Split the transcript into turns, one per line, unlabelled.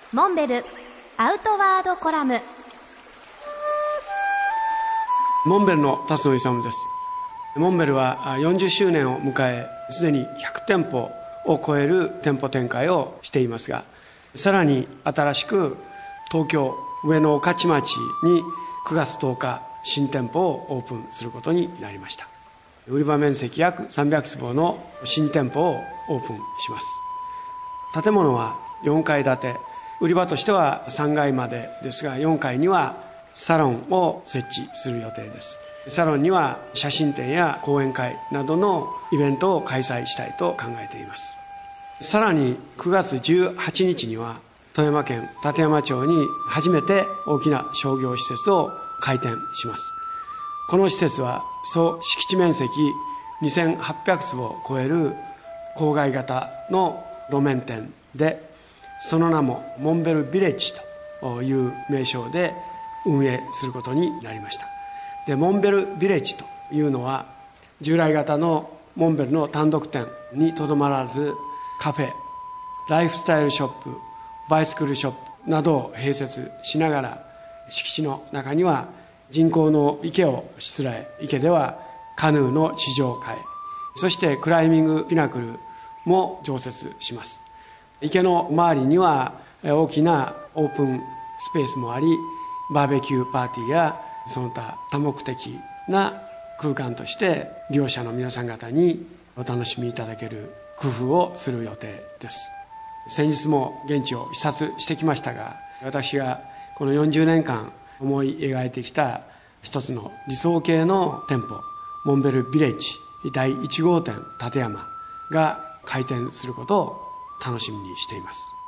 モンベルアウトワードコラム。
モンベルの辰野勇です。モンベルは40周年を迎え、すでに100店舗を超える店舗展開をしていますが、さらに新しく東京上野御徒町に9月10日新店舗をオープンすることになりました。売り場面積約300坪の新店舗をオープンします。建物は4階建て、売り場としては3階までですが、4階にはサロンを設置する予定です。サロンには写真展や講演会などのイベントを開催したいと考えています。さらに9月18日には富山県立山町に初めて大きな商業施設を開店します。この施設は総敷地面積2800坪を超える郊外型の路面店で、その名もモンベルビレッジという名称で運営することになりました。で、モンベルビレッジというのは従来型のモンベルの単独店にとどまらず、カフェ、ライフスタイルショップ、バイスクルショップなどを併設しながら、敷地の中には人工の池をしつらえ、池ではカヌーの地上会、そしてクライミングピナクルも常設します。池の周りには大きなオープンスペースもあり、バーベキューパーティーやその他多目的な空間として利用者の皆さん方にお楽しみいただける工夫をする予定です。先日も現地を視察してきましたが、私がこの40年間思い描いてきた一つの理想系の店舗、モンベルビレッジ第1号店立山が開店することを楽しみにしています。